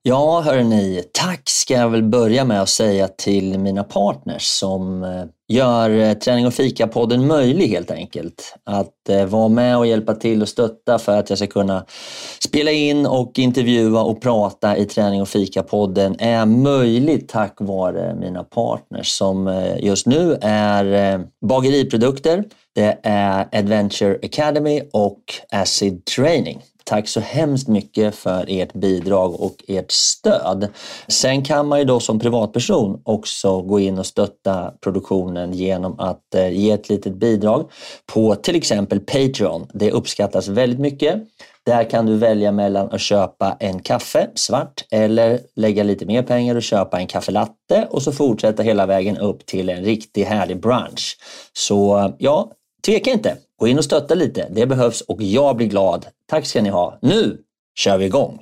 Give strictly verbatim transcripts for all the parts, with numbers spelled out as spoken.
Ja, hörni, tack ska jag väl börja med att säga till mina partners som gör Träning och Fika-podden möjlig helt enkelt. Att eh, vara med och hjälpa till och stötta för att jag ska kunna spela in och intervjua och prata i Träning och Fika-podden är möjligt tack vare mina partners som eh, just nu är eh, bageriprodukter, det är Adventure Academy och Acid Training. Tack så hemskt mycket för ert bidrag och ert stöd. Sen kan man ju då som privatperson också gå in och stötta produktionen genom att eh, ge ett litet bidrag på till exempel Patreon. Det uppskattas väldigt mycket. Där kan du välja mellan att köpa en kaffe svart eller lägga lite mer pengar och köpa en kaffelatte och så fortsätta hela vägen upp till en riktigt härlig brunch. Så ja, tveka inte. Gå in och stötta lite. Det behövs och jag blir glad. Tack ska ni ha. Nu kör vi igång.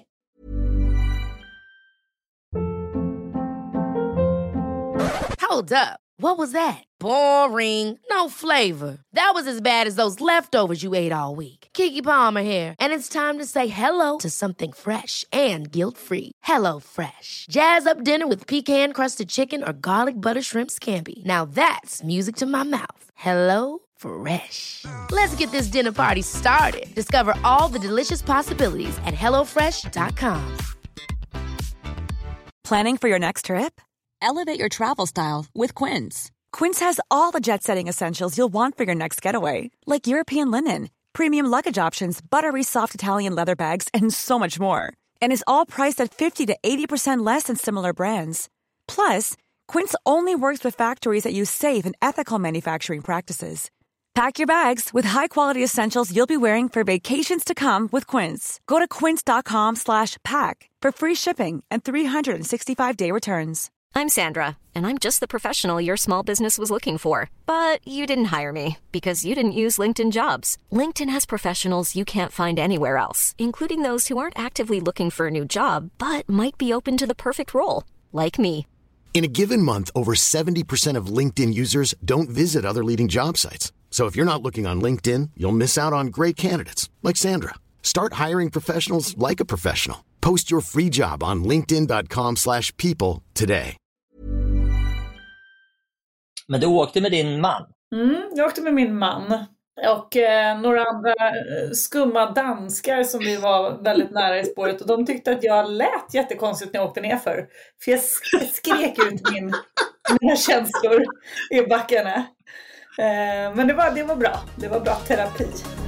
Hold up. What was that? Boring. No flavor. That was as bad as those leftovers you ate all week. Keke Palmer here. And it's time to say hello to something fresh and guilt-free. Hello Fresh. Jazz up dinner with pecan-crusted chicken or garlic butter shrimp scampi. Now that's music to my mouth. Hello Fresh. Let's get this dinner party started. Discover all the delicious possibilities at hello fresh dot com. Planning for your next trip? Elevate your travel style with Quince. Quince has all the jet-setting essentials you'll want for your next getaway, like European linen, premium luggage options, buttery soft Italian leather bags, and so much more. And is all priced at fifty to eighty percent less than similar brands. Plus, Quince only works with factories that use safe and ethical manufacturing practices. Pack your bags with high-quality essentials you'll be wearing for vacations to come with Quince. Go to quince.com slash pack for free shipping and three sixty-five day returns. I'm Sandra, and I'm just the professional your small business was looking for. But you didn't hire me because you didn't use LinkedIn Jobs. LinkedIn has professionals you can't find anywhere else, including those who aren't actively looking for a new job, but might be open to the perfect role, like me. In a given month, over seventy percent of LinkedIn users don't visit other leading job sites. So if you're not looking on LinkedIn, you'll miss out on great candidates like Sandra. Start hiring professionals like a professional. Post your free job on linkedin dot com slash people today. Men du åkte med din man? Mm, jag åkte med min man. Och eh, några andra skumma danskar som vi var väldigt nära i spåret. Och de tyckte att jag lät jättekonstigt när jag åkte ner för. För jag skrek ut min, mina känslor i backarna. Eh, men det var, det var bra. Det var bra terapi.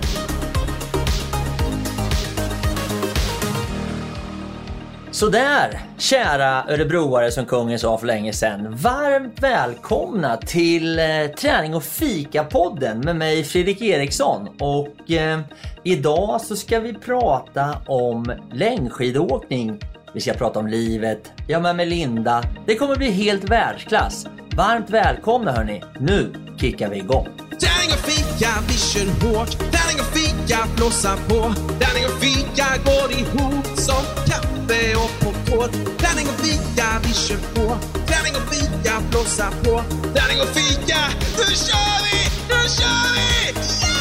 Så där, kära örebroare som kungen sa för länge sedan. Varmt välkomna till eh, Träning och Fika-podden med mig Fredrik Eriksson. Och eh, idag så ska vi prata om längdskidåkning. Vi ska prata om livet. Jag med Melinda. Det kommer bli helt världsklass. Varmt välkomna hörni. Nu kickar vi igång. Träning och fika, vi kör hårt. Träning och fika, blåsa på. Träning och fika går ihop som kaffe och popcorn. Träning och fika, vi kör på. Träning och fika, blåsa på. Träning och fika, nu kör vi! Nu kör vi!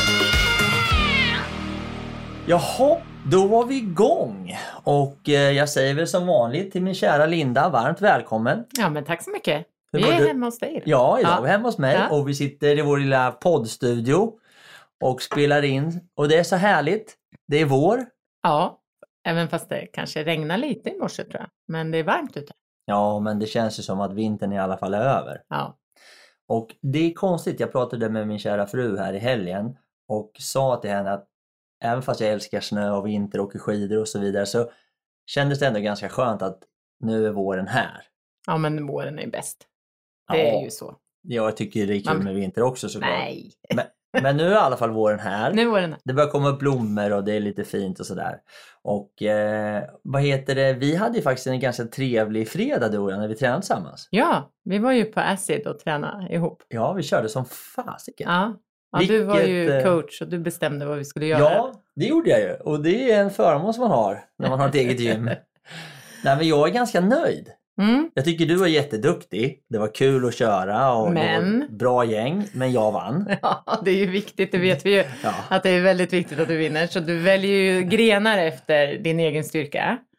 Yeah! Jaha, då var vi igång. Och eh, jag säger väl som vanligt till min kära Linda, varmt välkommen. Ja, men tack så mycket. Hur Vi är du? hemma hos dig. Ja, idag ja. är vi hemma hos mig Ja. och vi sitter i vår lilla poddstudio och spelar in. Och det är så härligt. Det är vår. Ja, även fast det kanske regnar lite i morse tror jag. Men det är varmt ute. Ja, men det känns ju som att vintern i alla fall är över. Ja. Och det är konstigt, jag pratade med min kära fru här i helgen och sa till henne att även fast jag älskar snö och vinter och skidor och så vidare så kändes det ändå ganska skönt att nu är våren här. Ja, men våren är bäst. Det ja, är ju så. Jag tycker det är kul Man... med vinter också såklart. Nej. Men, men nu är i alla fall våren här. Nu är våren här. Det börjar komma upp blommor och det är lite fint och sådär. Och eh, vad heter det? Vi hade ju faktiskt en ganska trevlig fredag då när vi tränade tillsammans. Ja, vi var ju på Acid och tränade ihop. Ja, vi körde som fasiken. Ja, ja Vilket, du var ju coach och du bestämde vad vi skulle göra. Ja, det gjorde jag ju. Och det är en förmån som man har när man har ett eget gym. Nej, men jag är ganska nöjd. Mm. Jag tycker du var jätteduktig. Det var kul att köra och men... det var ett bra gäng. Men jag vann. Ja, det är ju viktigt. Det vet vi ju. Ja. Att det är väldigt viktigt att du vinner. Så du väljer ju grenar efter din egen styrka.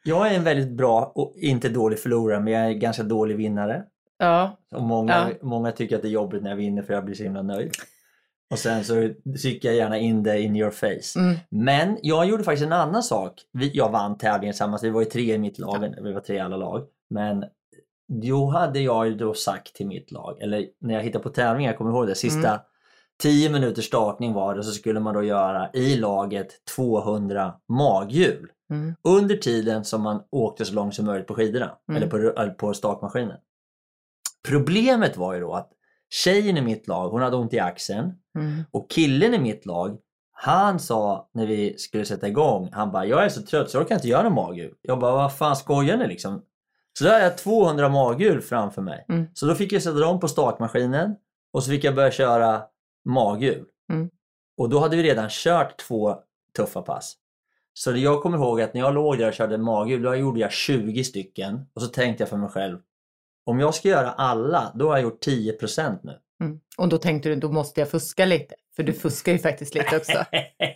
Jag är en väldigt bra och inte dålig förlorare, men jag är en ganska dålig vinnare. Ja. Och många, Ja. många tycker att det är jobbigt när jag vinner för jag blir så himla nöjd. Och sen så tycker jag gärna in det in your face. Mm. Men jag gjorde faktiskt en annan sak. Vi, jag vann tävlingen tillsammans. Vi var ju tre i mitt lag. Vi var tre i alla lag. Men då hade jag ju då sagt till mitt lag. Eller när jag hittade på tävlingar, jag kommer ihåg det. Sista mm. tio minuters startning var det. Så skulle man då göra i laget tvåhundra maghjul. Mm. Under tiden som man åkte så långt som möjligt på skidorna. Mm. Eller på, eller på stakmaskinen. Problemet var ju då att tjejen i mitt lag, hon hade ont i axeln. Mm. Och killen i mitt lag, han sa när vi skulle sätta igång, han bara, jag är så trött så jag kan inte göra maghjul. Jag bara, vad fan skojar ni liksom? Så då hade jag tvåhundra maghjul framför mig. Mm. Så då fick jag sätta dem på startmaskinen och så fick jag börja köra maghjul. Mm. Och då hade vi redan kört två tuffa pass. Så det jag kommer ihåg att när jag låg där och körde maghjul, då gjorde jag tjugo stycken. Och så tänkte jag för mig själv, om jag ska göra alla, då har jag gjort tio procent nu. Mm. Och då tänkte du, då måste jag fuska lite. För du fuskar ju faktiskt lite också.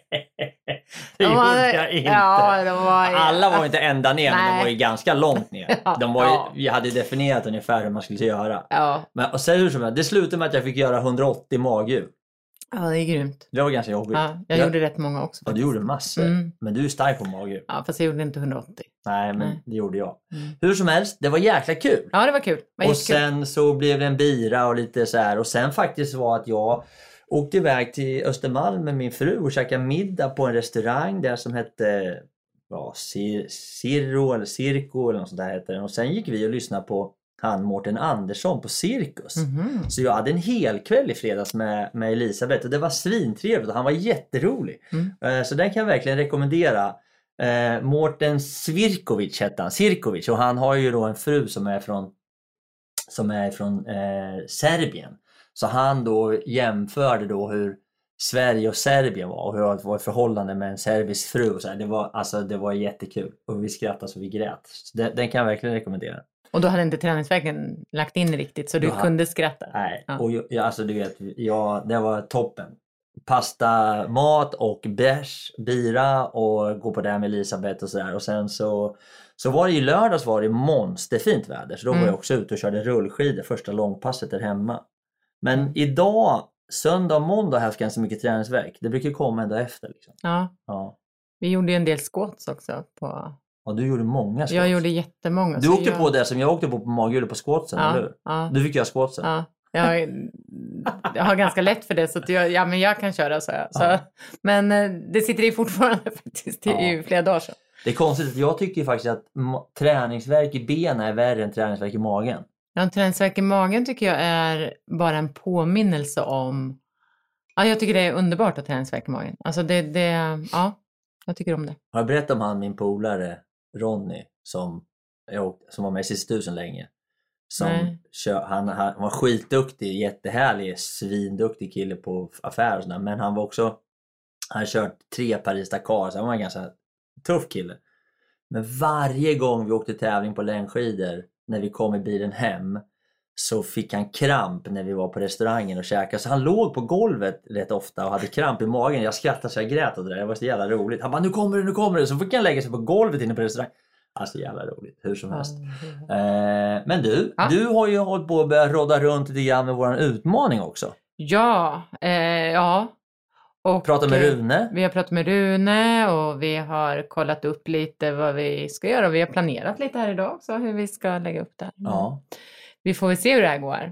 Det gjorde jag inte. Ja, det var... Alla var inte ända ner, Nej. men de var ju ganska långt ner. De var ju, ja. Vi hade definierat ungefär hur man skulle göra. Ja. Men, och sen hur som helst, det slutade med att jag fick göra hundraåttio maghjul. Ja, det är grymt. Det var ganska jobbigt. Ja, jag, jag gjorde rätt många också. Ja, du gjorde massor. Mm. Men du är stark på maghjul. Ja, fast jag gjorde inte hundraåttio. Nej, men Nej. det gjorde jag. Mm. Hur som helst, det var jäkla kul. Ja, det var kul. Det var och sen kul. Så blev det en bira och lite så här. Och sen faktiskt var att jag åkte iväg till Östermalm med min fru och käkade middag på en restaurang där som hette ja, Cir- Cirro eller Circo eller något sånt där heter den. Och sen gick vi och lyssnade på han Mårten Andersson på Cirkus. Mm-hmm. Så jag hade en hel kväll i fredags med, med Elisabeth och det var svintrevligt och han var jätterolig. Mm. Så den kan jag verkligen rekommendera. Eh, Mårten Svirkovic hette han, Sirkovic, och han har ju då en fru som är från som är från eh, Serbien. Så han då jämförde då hur Sverige och Serbien var och hur det var ett förhållande med en serbisk fru och så här. Det var alltså det var jättekul och vi skrattade så vi grät. Så den, den kan jag verkligen rekommendera. Och då hade inte träningsverken lagt in riktigt så du hade, kunde skratta. Nej, ja. Och jag, alltså du vet, jag, det var toppen. Pasta, mat och bärs, bira och gå på det med Elisabeth och sådär. Och sen så, så var det i lördags var det monsterfint väder. Så då mm. var jag också ute och körde rullskidor första långpasset där hemma. Men mm. idag, söndag och måndag har jag haft ganska mycket träningsverk. Det brukar komma en dag efter. Liksom. Ja. ja, vi gjorde ju en del squats också på... Ja, du gjorde många squats. Jag gjorde jättemånga. Du åkte jag... på det som jag åkte på på maghjulet på squatsen, ja, eller hur? Ja. Du fick göra squatsen. Ja, jag, jag har ganska lätt för det så att jag, ja, men jag kan köra så. Jag. så ja. Men det sitter i fortfarande faktiskt i ja. flera dagar sedan. Det är konstigt att jag tycker faktiskt att ma- träningsverk i benen är värre än träningsverk i magen. Ja, en träningsverk i magen tycker jag är bara en påminnelse om... Ja, jag tycker det är underbart att träningsverk i magen. Alltså det, det ja, jag tycker om det. Har jag berättat om han, min polare Ronny, som, jag, som var med i sista tusen länge? Som kör, han, han var skitduktig, jättehärlig, svinduktig kille på affärer och sådär. Men han var också, han kört tre Paris-Dakar, så han var en ganska tuff kille. Men varje gång vi åkte tävling på längdskidor, när vi kom i bilen hem, så fick han kramp när vi var på restaurangen och käkade. Så han låg på golvet rätt ofta och hade kramp i magen. Jag skrattade så jag grät och det där. Det var så jävla roligt. Han bara, nu kommer det, nu kommer det. Så fick han lägga sig på golvet inne på restaurangen. Alltså jävla roligt, hur som helst. Mm. Eh, men du, ja. du har ju hållit på att börja rodda runt lite grann med våran utmaning också. Ja, eh, ja. Och prata med Rune. Vi har pratat med Rune och vi har kollat upp lite vad vi ska göra. Och vi har planerat lite här idag också hur vi ska lägga upp det här. Ja. Vi får väl se hur det här går.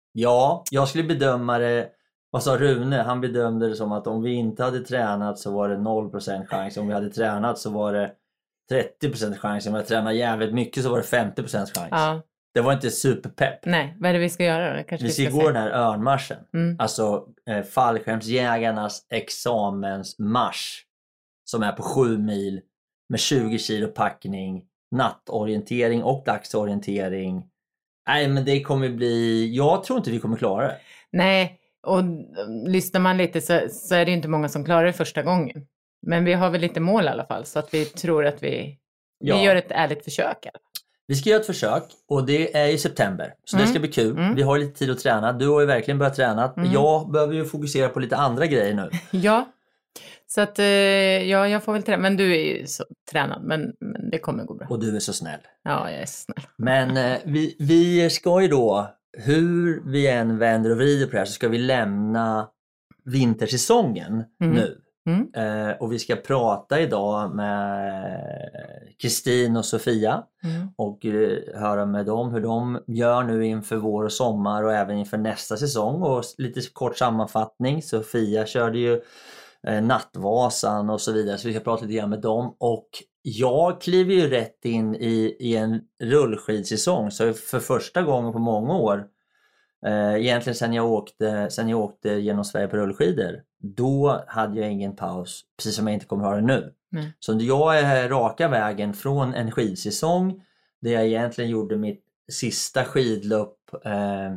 Ja, jag skulle bedöma det. Vad sa Rune? Han bedömde det som att om vi inte hade tränat så var det noll procent chans. Om vi hade tränat så var det trettio procent chans. Om vi hade tränat jävligt mycket så var det femtio procent chans. Ja. Det var inte superpepp. Nej, vad är det vi ska göra då? Kanske vi ska, vi ska gå se. Den här örnmarschen. Mm. Alltså eh, fallskärmsjägarnas examensmarsch. Som är på sju mil med tjugo kilo packning. Nattorientering och dagsorientering. Nej, men det kommer bli... Jag tror inte vi kommer klara det. Nej, och lyssnar man lite så, så är det inte många som klarar det första gången. Men vi har väl lite mål i alla fall. Så att vi tror att vi, ja. vi gör ett ärligt försök. Vi ska göra ett försök och det är i september. Så mm. det ska bli kul. Mm. Vi har lite tid att träna. Du har ju verkligen börjat träna. Mm. Jag behöver ju fokusera på lite andra grejer nu. Ja. Så att, ja, jag får väl träna. Men du är ju så tränad, men, men det kommer gå bra. Och du är så snäll. Ja, jag är snäll. Men eh, vi, vi ska ju då, hur vi än vänder och vrider på det här, så ska vi lämna vintersäsongen mm. nu. Mm. Eh, och vi ska prata idag med Kristin och Sofia mm. och eh, höra med dem hur de gör nu inför vår och sommar och även inför nästa säsong. Och lite kort sammanfattning, Sofia körde ju eh, Nattvasan och så vidare, så vi ska prata lite grann med dem. Och jag kliver ju rätt in i, i en rullskidsäsong, så för första gången på många år, eh, egentligen sen jag, åkte, sen jag åkte genom Sverige på rullskidor, då hade jag ingen paus, precis som jag inte kommer ha det nu. Mm. Så jag är raka vägen från en skidsäsong där jag egentligen gjorde mitt sista skidlopp, eh,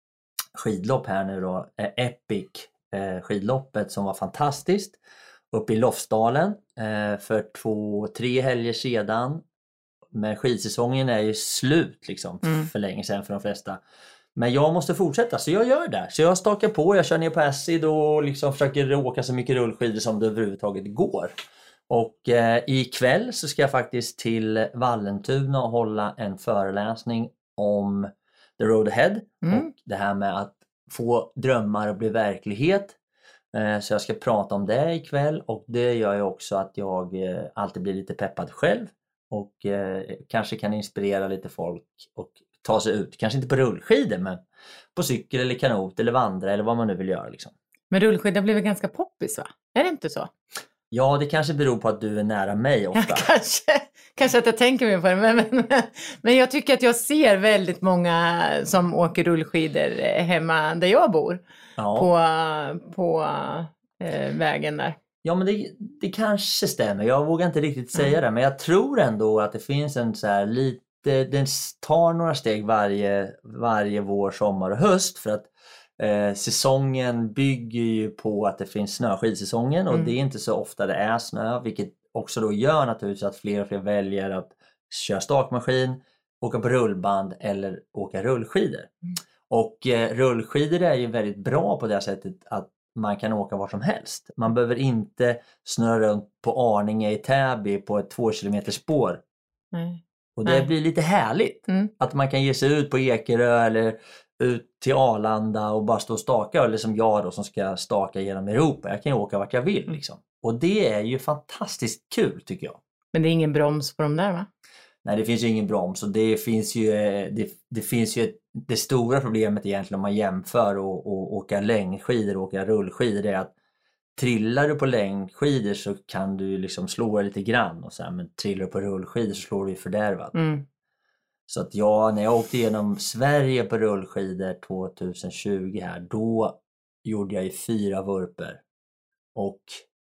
skidlopp här nu då, eh, Epic eh, skidloppet som var fantastiskt, uppe i Lofsdalen eh, för två, tre helger sedan. Men skidsäsongen är ju slut liksom mm. för länge sedan för de flesta. Men jag måste fortsätta, så jag gör det. Så jag stakar på, jag kör ner på Acid och liksom försöker åka så mycket rullskidor som det överhuvudtaget går. Och eh, ikväll så ska jag faktiskt till Vallentuna och hålla en föreläsning om The Road Ahead. Mm. Och det här med att få drömmar att bli verklighet. Eh, så jag ska prata om det ikväll, och det gör ju också att jag eh, alltid blir lite peppad själv. Och eh, kanske kan inspirera lite folk och ta sig ut, kanske inte på rullskidor, men på cykel eller kanot eller vandra eller vad man nu vill göra liksom. Men rullskidor blir väl ganska poppis, va? Är det inte så? Ja, det kanske beror på att du är nära mig ofta. Ja, kanske, kanske att jag tänker mig på det, men, men, men jag tycker att jag ser väldigt många som åker rullskidor hemma där jag bor, ja. på, på äh, vägen där. Ja, men det, det kanske stämmer. Jag vågar inte riktigt säga mm. det, men jag tror ändå att det finns en så här lite, den tar några steg varje, varje vår, sommar och höst, för att eh, säsongen bygger ju på att det finns snöskidsäsongen och mm. det är inte så ofta det är snö, vilket också då gör naturligtvis att fler och fler väljer att köra stakmaskin, åka på rullband eller åka rullskidor. Mm. Och eh, rullskidor är ju väldigt bra på det sättet att man kan åka var som helst. Man behöver inte snurra runt på Arninge i Täby på ett två kilometer spår. Mm. Och det Nej. blir lite härligt mm. att man kan ge sig ut på Ekerö eller ut till Arlanda och bara stå och staka, eller som jag då som ska staka genom Europa. Jag kan ju åka vart jag vill liksom. Och det är ju fantastiskt kul tycker jag. Men det är ingen broms på de där, va? Nej, det finns ju ingen broms, och det finns ju det, det finns ju ett, det stora problemet egentligen om man jämför och, och åka längdskidor och åka rullskidor är att trillar du på längdskidor så kan du liksom slå dig lite grann, och så här, men trillar du på rullskidor så slår du fördärvat. Mm. Så att jag, när jag åkte igenom Sverige på rullskidor tjugohundratjugo här, då gjorde jag ju fyra vurper. Och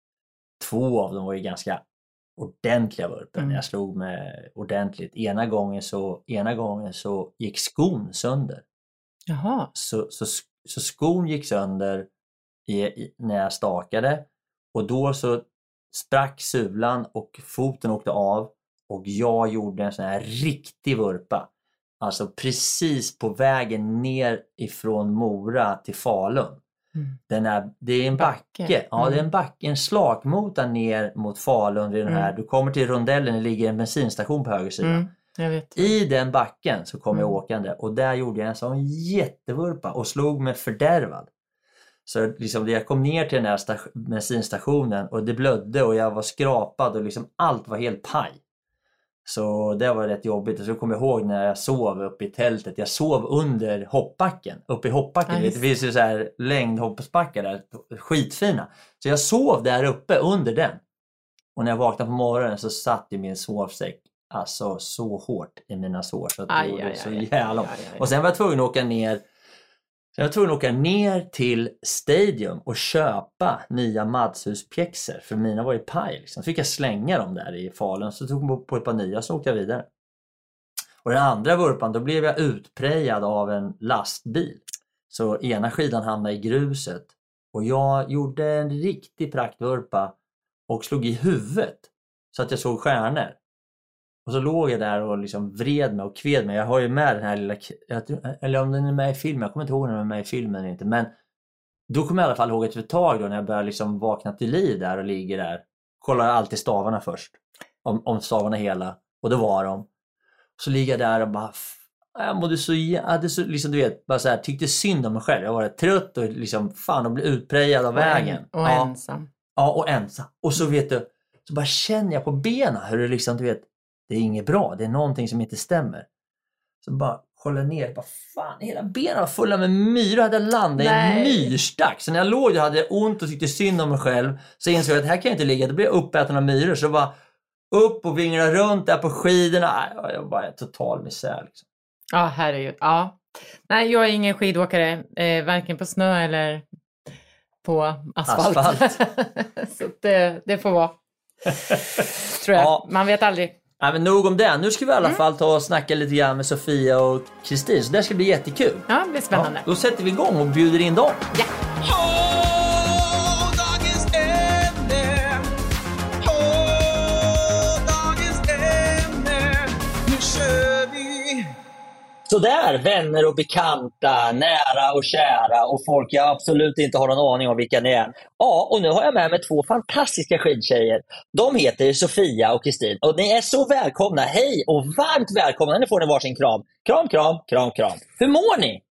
två av dem var ju ganska ordentliga vurper mm. när jag slog med ordentligt. Ena gången så, ena gången så gick skon sönder. Jaha. Så, så, så skon gick sönder i, i, när jag stakade, och då så sprack sulan och foten åkte av, och jag gjorde en sån här riktig vurpa. Alltså precis på vägen ner ifrån Mora till Falun. Mm. Den är, det är en backe. backe. Ja, mm. det är en backe, en slagmota ner mot Falun. Den här. Mm. Du kommer till rondellen, det ligger en bensinstation på höger sida. Mm. Jag vet. I den backen så kom mm. jag åkande, och där gjorde jag en sån jättevurpa och slog mig fördärvad. Så liksom jag kom ner till den här sta- bensinstationen och det blödde och jag var skrapad och liksom allt var helt paj. Så det var rätt jobbigt. Och så kommer jag ihåg när jag sov uppe i tältet. Jag sov under hoppbacken. Uppe i hoppbacken. Nice. Det finns ju så här längdhoppsbackar där. Skitfina. Så jag sov där uppe under den. Och när jag vaknade på morgonen så satt ju min sovsäck alltså så hårt i mina sår. Så att det aj, aj, så aj, jävla. Aj, aj, aj. Och sen var jag tvungen att åka ner. Så jag var tvungen att åka ner till Stadium och köpa nya Madshuspjäxor. För mina var ju paj liksom. Så fick jag slänga dem där i Falun. Så tog jag på ett par nya, så åkte jag vidare. Och den andra vurpan, då blev jag utprejad av en lastbil. Så ena skidan hamnade i gruset. Och jag gjorde en riktig praktvurpa och slog i huvudet. Så att jag såg stjärnor. Och så låg jag där och liksom vred mig och kved mig. Jag har ju med den här lilla, eller om den är med i filmen, jag kommer inte ihåg om den är med i filmen eller inte. Men då kommer jag i alla fall ihåg ett tag då när jag började liksom vakna till liv där och ligger där. Kollar alltid stavarna först. Om, om stavarna är hela. Och då var de. Så ligger jag där och bara... Jag mådde så... Jag hade så liksom, du vet, bara så här, tyckte synd om mig själv. Jag var trött och liksom... Fan, och blev utprejad av och vägen. En, och ja. ensam. Ja, och ensam. Och så vet du... Så bara känner jag på benen hur det liksom, du vet... Det är inget bra. Det är någonting som inte stämmer. Så bara kollar ner. Bara, fan, hela benen var fulla med myror. Hade landat i en myrstack. Så när jag låg och hade ont och tyckte synd om mig själv. Så insåg jag att här kan jag inte ligga. Då blir jag uppäten av myror. Så bara upp och vingla runt där på skidorna. Jag var bara total misär liksom. Ja, herregud. Ja. Nej, jag är ingen skidåkare. Eh, varken på snö eller på asfalt. asfalt. Så det, det får vara. Tror jag. Ja. Man vet aldrig. Nej, men nog om det. Nu ska vi i alla mm. fall ta och snacka lite grann med Sofia och Kristin. Så det ska bli jättekul. Ja, det blir spännande. Ja, då sätter vi igång och bjuder in dem. Ja. Oh, dagens ämne. Oh, dagens ämne. Nu kör vi. Så där, vänner och bekanta, nära och kära och folk jag absolut inte har någon aning om vilka ni är. Ja, och nu har jag med mig två fantastiska skidtjejer. De heter Sofia och Kristin och ni är så välkomna. Hej och varmt välkomna. Nu får ni varsin kram. Kram, kram, kram, kram. Hur mår ni?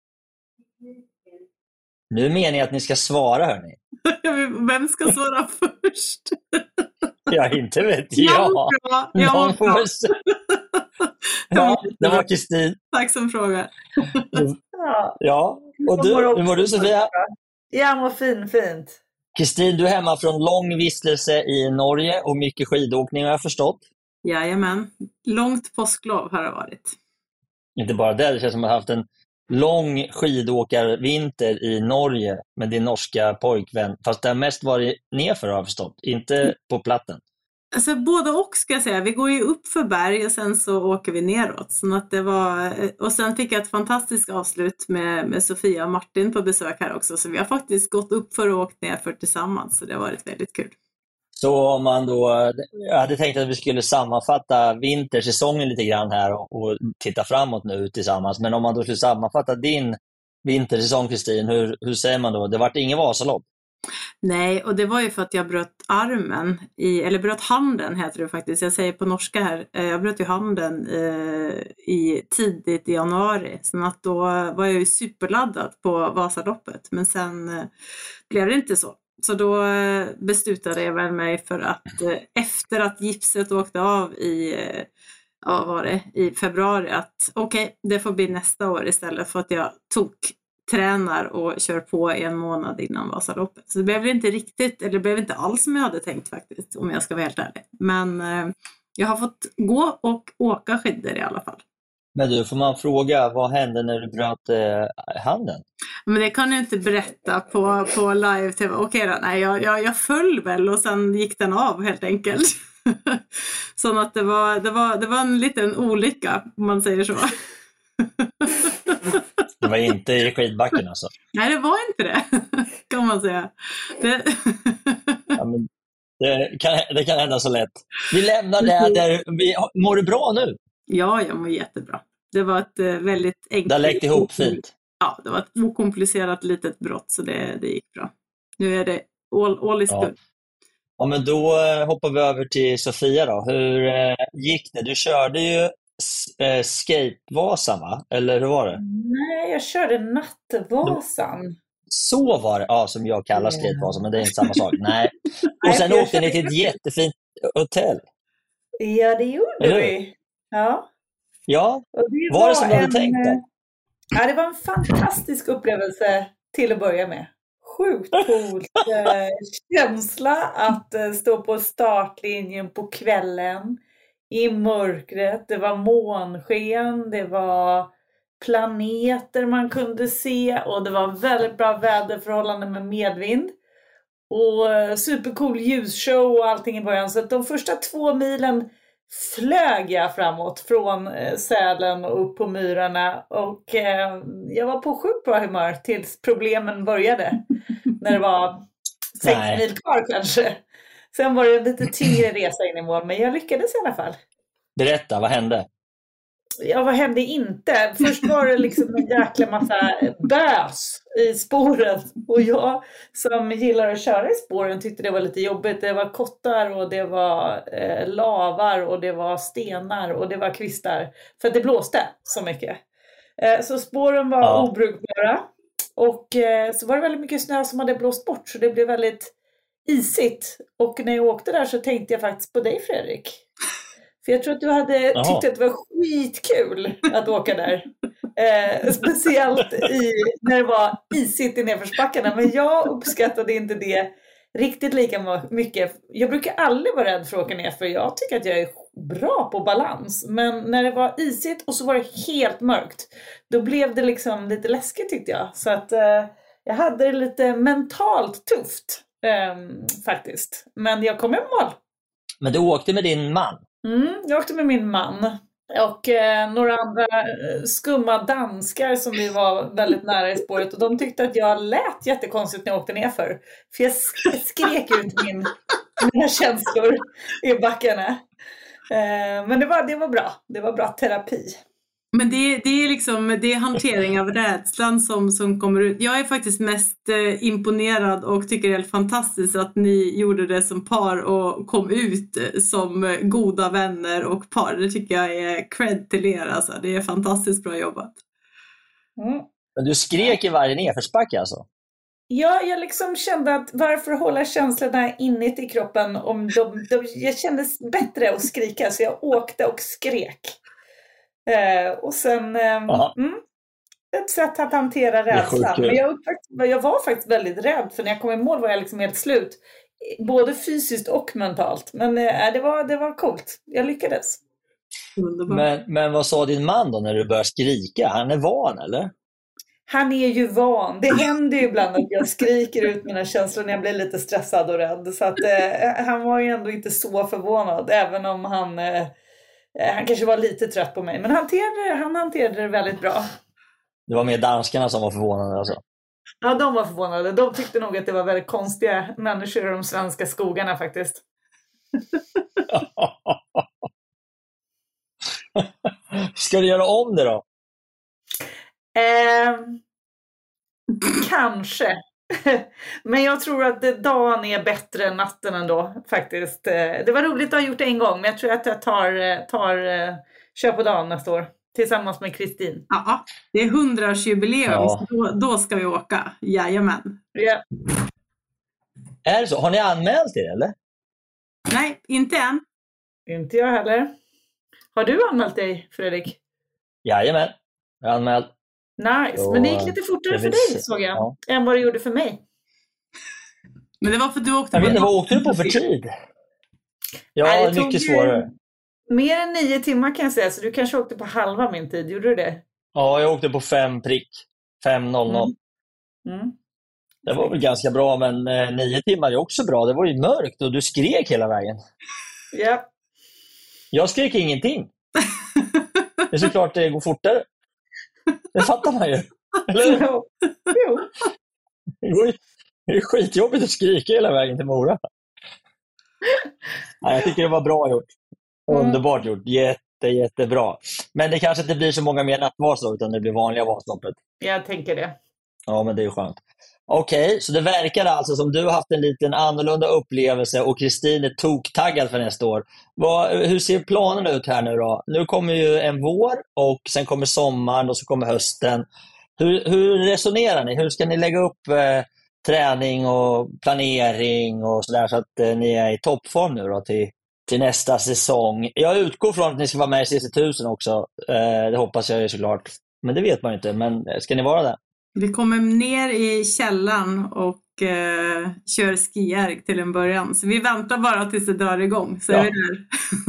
Nu menar jag att ni ska svara, hörni. Vem ska svara först? Ja, inte vet jag. Ja, jag Någon får se. Ja, det var Kristin. Tack som frågar. Ja, och du, hur mår du Sofia? Jag mår fin, fint. Kristin, du är hemma från lång vistelse i Norge och mycket skidåkning har jag förstått. Jajamän, långt påsklov har det varit. Inte bara det, det känns som att jag har haft en lång skidåkarvinter i Norge med din norska pojkvän. Fast det har mest varit nerför har jag förstått, inte på platten. Alltså både och ska jag säga. Vi går ju upp för berg och sen så åker vi neråt. Så att det var, och sen fick jag ett fantastiskt avslut med, med Sofia och Martin på besök här också. Så vi har faktiskt gått upp för och åkt ner för tillsammans. Så det har varit väldigt kul. Så om man då, jag hade tänkt att vi skulle sammanfatta vintersäsongen lite grann här och, och titta framåt nu tillsammans. Men om man då skulle sammanfatta din vintersäsong, Kristin, hur, hur säger man då? Det vart ingen Vasalopp. Nej, och det var ju för att jag bröt armen, i, eller bröt handen heter det faktiskt, jag säger på norska här, jag bröt ju handen eh, i tidigt i januari, så att då var jag ju superladdad på Vasaloppet, men sen eh, blev det inte så. Så då eh, beslutade jag väl mig för att eh, efter att gipset åkte av i, eh, ja, var det, i februari, att okej, okay, det får bli nästa år istället för att jag tog tränar och kör på en månad innan Vasaloppet. Så det blev inte riktigt, eller det blev inte alls som jag hade tänkt faktiskt, om jag ska vara helt ärlig. Men eh, jag har fått gå och åka skidor i alla fall. Men du, får man fråga, vad hände när du bröt eh, handen? Men det kan jag inte berätta på, på live-tv. Okej då, nej, jag, jag, jag föll väl och sen gick den av helt enkelt. Så att det var, det, var, det var en liten olycka, om man säger så. Det var inte i skidbacken alltså? Nej, det var inte det, kan man säga. Det... Ja, men det, kan, det kan hända så lätt. Vi lämnar det där. Vi, mår du bra nu? Ja, jag mår jättebra. Det var ett väldigt enkelt... Det har läckt ihop fint. Ja, det var ett okomplicerat litet brott, så det, det gick bra. Nu är det all, all is ja. good. Ja, men då hoppar vi över till Sofia då. Hur eh, gick det? Du körde ju eh, Skatevasan, va? Eller hur var det? Nej, jag körde Nattvasan. Så var det, ja, som jag kallar Skatevasan, men det är inte samma sak. Nej. Och sen Nej, åkte ni till ett jättefint hotell. Ja, det gjorde vi. Ja. Ja, det var, var det som du hade tänkt då? Ja, det var en fantastisk upplevelse till att börja med. Sjukt coolt eh, känsla att eh, stå på startlinjen på kvällen i mörkret. Det var månsken, det var planeter man kunde se och det var väldigt bra väderförhållanden med medvind. Och eh, supercool ljusshow och allting i början. Så att de första två milen flög jag framåt från eh, Sälen och upp på myrarna och eh, jag var på sjukt bra humör tills problemen började när det var sex Nej. mil kvar kanske. Sen var det en lite tyngre resa in i mål, men jag lyckades i alla fall. Berätta, vad hände? Ja, vad hände inte? Först var det liksom en jäkla massa bös i spåren. Och jag som gillar att köra i spåren tyckte det var lite jobbigt. Det var kottar och det var eh, lavar och det var stenar och det var kvistar. För att det blåste så mycket. Eh, så spåren var ja. obrukbara. Och eh, så var det väldigt mycket snö som hade blåst bort. Så det blev väldigt isigt. Och när jag åkte där så tänkte jag faktiskt på dig, Fredrik. För jag tror att du hade Aha. tyckt att det var skitkul att åka där. Eh, speciellt i, när det var isigt i nedförsbackarna. Men jag uppskattade inte det riktigt lika mycket. Jag brukar aldrig vara rädd för att åka ner. För jag tycker att jag är bra på balans. Men när det var isigt och så var det helt mörkt. Då blev det liksom lite läskigt tyckte jag. Så att eh, jag hade det lite mentalt tufft. Eh, faktiskt. Men jag kom i mål. Men du åkte med din man? Mm, jag åkte med min man och eh, några andra eh, skumma danskar som vi var väldigt nära i spåret. Och de tyckte att jag lät jättekonstigt när jag åkte ner för. För jag skrek ut min, mina känslor i backarna. Eh, men det var, det var bra. Det var bra terapi. Men det, det är liksom det är hantering av rädslan som, som kommer ut. Jag är faktiskt mest eh, imponerad och tycker det är helt fantastiskt att ni gjorde det som par och kom ut eh, som goda vänner och par. Det tycker jag är cred till er. Alltså. Det är fantastiskt bra jobbat. Mm. Men du skrek i varje nedförsbacke alltså? Ja, jag liksom kände att varför hålla känslorna inuti i kroppen om de, de, jag kände bättre att skrika så jag åkte och skrek. Eh, och sen eh, mm, ett sätt att hantera rädslan. Men jag, jag var faktiskt väldigt rädd för när jag kom i mål var jag liksom helt slut. Både fysiskt och mentalt. Men eh, det, var, det var coolt. Jag lyckades. Men, men vad sa din man då när du började skrika? Han är van eller? Han är ju van. Det händer ju ibland att jag skriker ut mina känslor när jag blir lite stressad och rädd. Så att, eh, han var ju ändå inte så förvånad. Även om han... Eh, Han kanske var lite trött på mig. Men han hanterade, han hanterade det väldigt bra. Det var mer danskarna som var förvånade alltså? Ja, de var förvånade. De tyckte nog att det var väldigt konstiga människor i de svenska skogarna faktiskt. Ska du göra om det då? Eh, kanske. Men jag tror att dagen är bättre än natten ändå faktiskt. Det var roligt att ha gjort det en gång, men jag tror att jag tar, tar kör på dagen nästa år tillsammans med Kristin. Ja, det är hundraårsjubileum ja. Så då, då ska vi åka. Jajamän. Ja. Är det så? Har ni anmält er eller? Nej, inte än. Inte jag heller. Har du anmält dig, Fredrik? Jajamän, jag har anmält. Nice, så, men det gick lite fortare för dig såg jag, ja. än vad det gjorde för mig. Men det var för att du åkte jag vet inte, vad åkte du på för tid? Ja, Nej, det mycket svårare. Mer än nio timmar kan jag säga, så du kanske åkte på halva min tid, gjorde du det? Ja, jag åkte på fem prick, fem noll noll. Mm. Mm. Det var väl ganska bra, men eh, nio timmar är också bra. Det var ju mörkt och du skrek hela vägen. Ja. Jag skrek ingenting. Det är såklart det går fortare. Det fattar man ju. Eller? Jo. Jo. Det är skitjobbigt att skrika hela vägen till Mora. Nej, jag tycker det var bra gjort. Underbart gjort. Jätte, jättebra. Men det kanske inte blir så många mer nattvasor utan det blir vanliga Vasaloppet. Jag tänker det. Ja, men det är ju skönt. Okej, okay, så det verkar alltså som du har haft en liten annorlunda upplevelse och Kristin är toktaggad för nästa år. Vad, hur ser planen ut här nu då? Nu kommer ju en vår och sen kommer sommaren och så kommer hösten. Hur, hur resonerar ni? Hur ska ni lägga upp eh, träning och planering och sådär så att eh, ni är i toppform nu då till, till nästa säsong? Jag utgår från att ni ska vara med i C C tusen också. Eh, det hoppas jag ju såklart. Men det vet man inte. Men ska ni vara där? Vi kommer ner i källan och eh, kör skijärg till en början. Så vi väntar bara tills det drar igång. Så ja. Är vi där.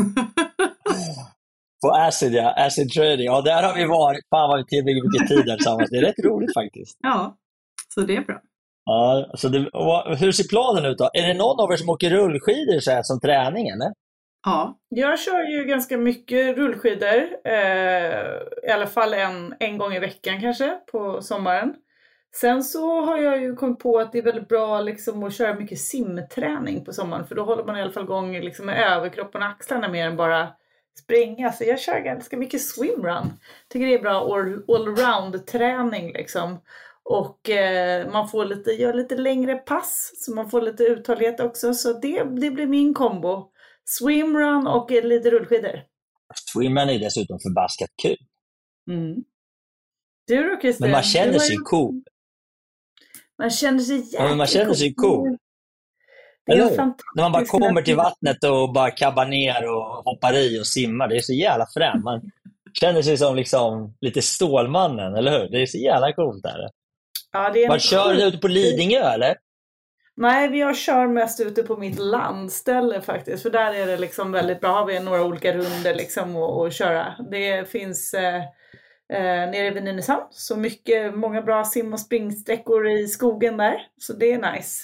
På Acid, ja. Acid Trading. Ja, där har vi varit. Fan vad vi tillbringar mycket tid där tillsammans. Det är rätt roligt faktiskt. Ja, så det är bra. Ja, så det, hur ser planen ut då? Är det någon av er som åker rullskidor så här, som träning eller? Ja. Jag kör ju ganska mycket rullskidor. Eh, I alla fall en, en gång i veckan kanske på sommaren. Sen så har jag ju kommit på att det är väldigt bra liksom, att köra mycket simträning på sommaren. För då håller man i alla fall igång liksom, med överkroppen och axlarna mer än bara springa. Så jag kör ganska mycket swimrun. Tycker det är bra all, all-round träning liksom. Och eh, man får lite, gör lite längre pass. Så man får lite uthållighet också. Så det, det blir min kombo. Swimrun och lite rullskidor. Swimrun är dessutom förbaskat kul. Mm. Du då, Christian? Men man känner sig ju... cool. Man känner sig jävligt ja, men man känner sig cool. Det är när man bara kommer till vattnet och bara kabbar ner och hoppar i och simmar. Det är så jävla främt. Man känner sig som liksom lite Stålmannen, eller hur? Det är så jävla coolt där. Ja, det är man kör sjuk... ute på Lidingö, eller? Nej, jag kör mest ute på mitt landställe faktiskt. För där är det liksom väldigt bra. Har vi några olika runder liksom att, att köra. Det finns eh, eh, nere vid Nynäshamn. Så mycket, många bra sim- och springsträckor i skogen där. Så det är nice.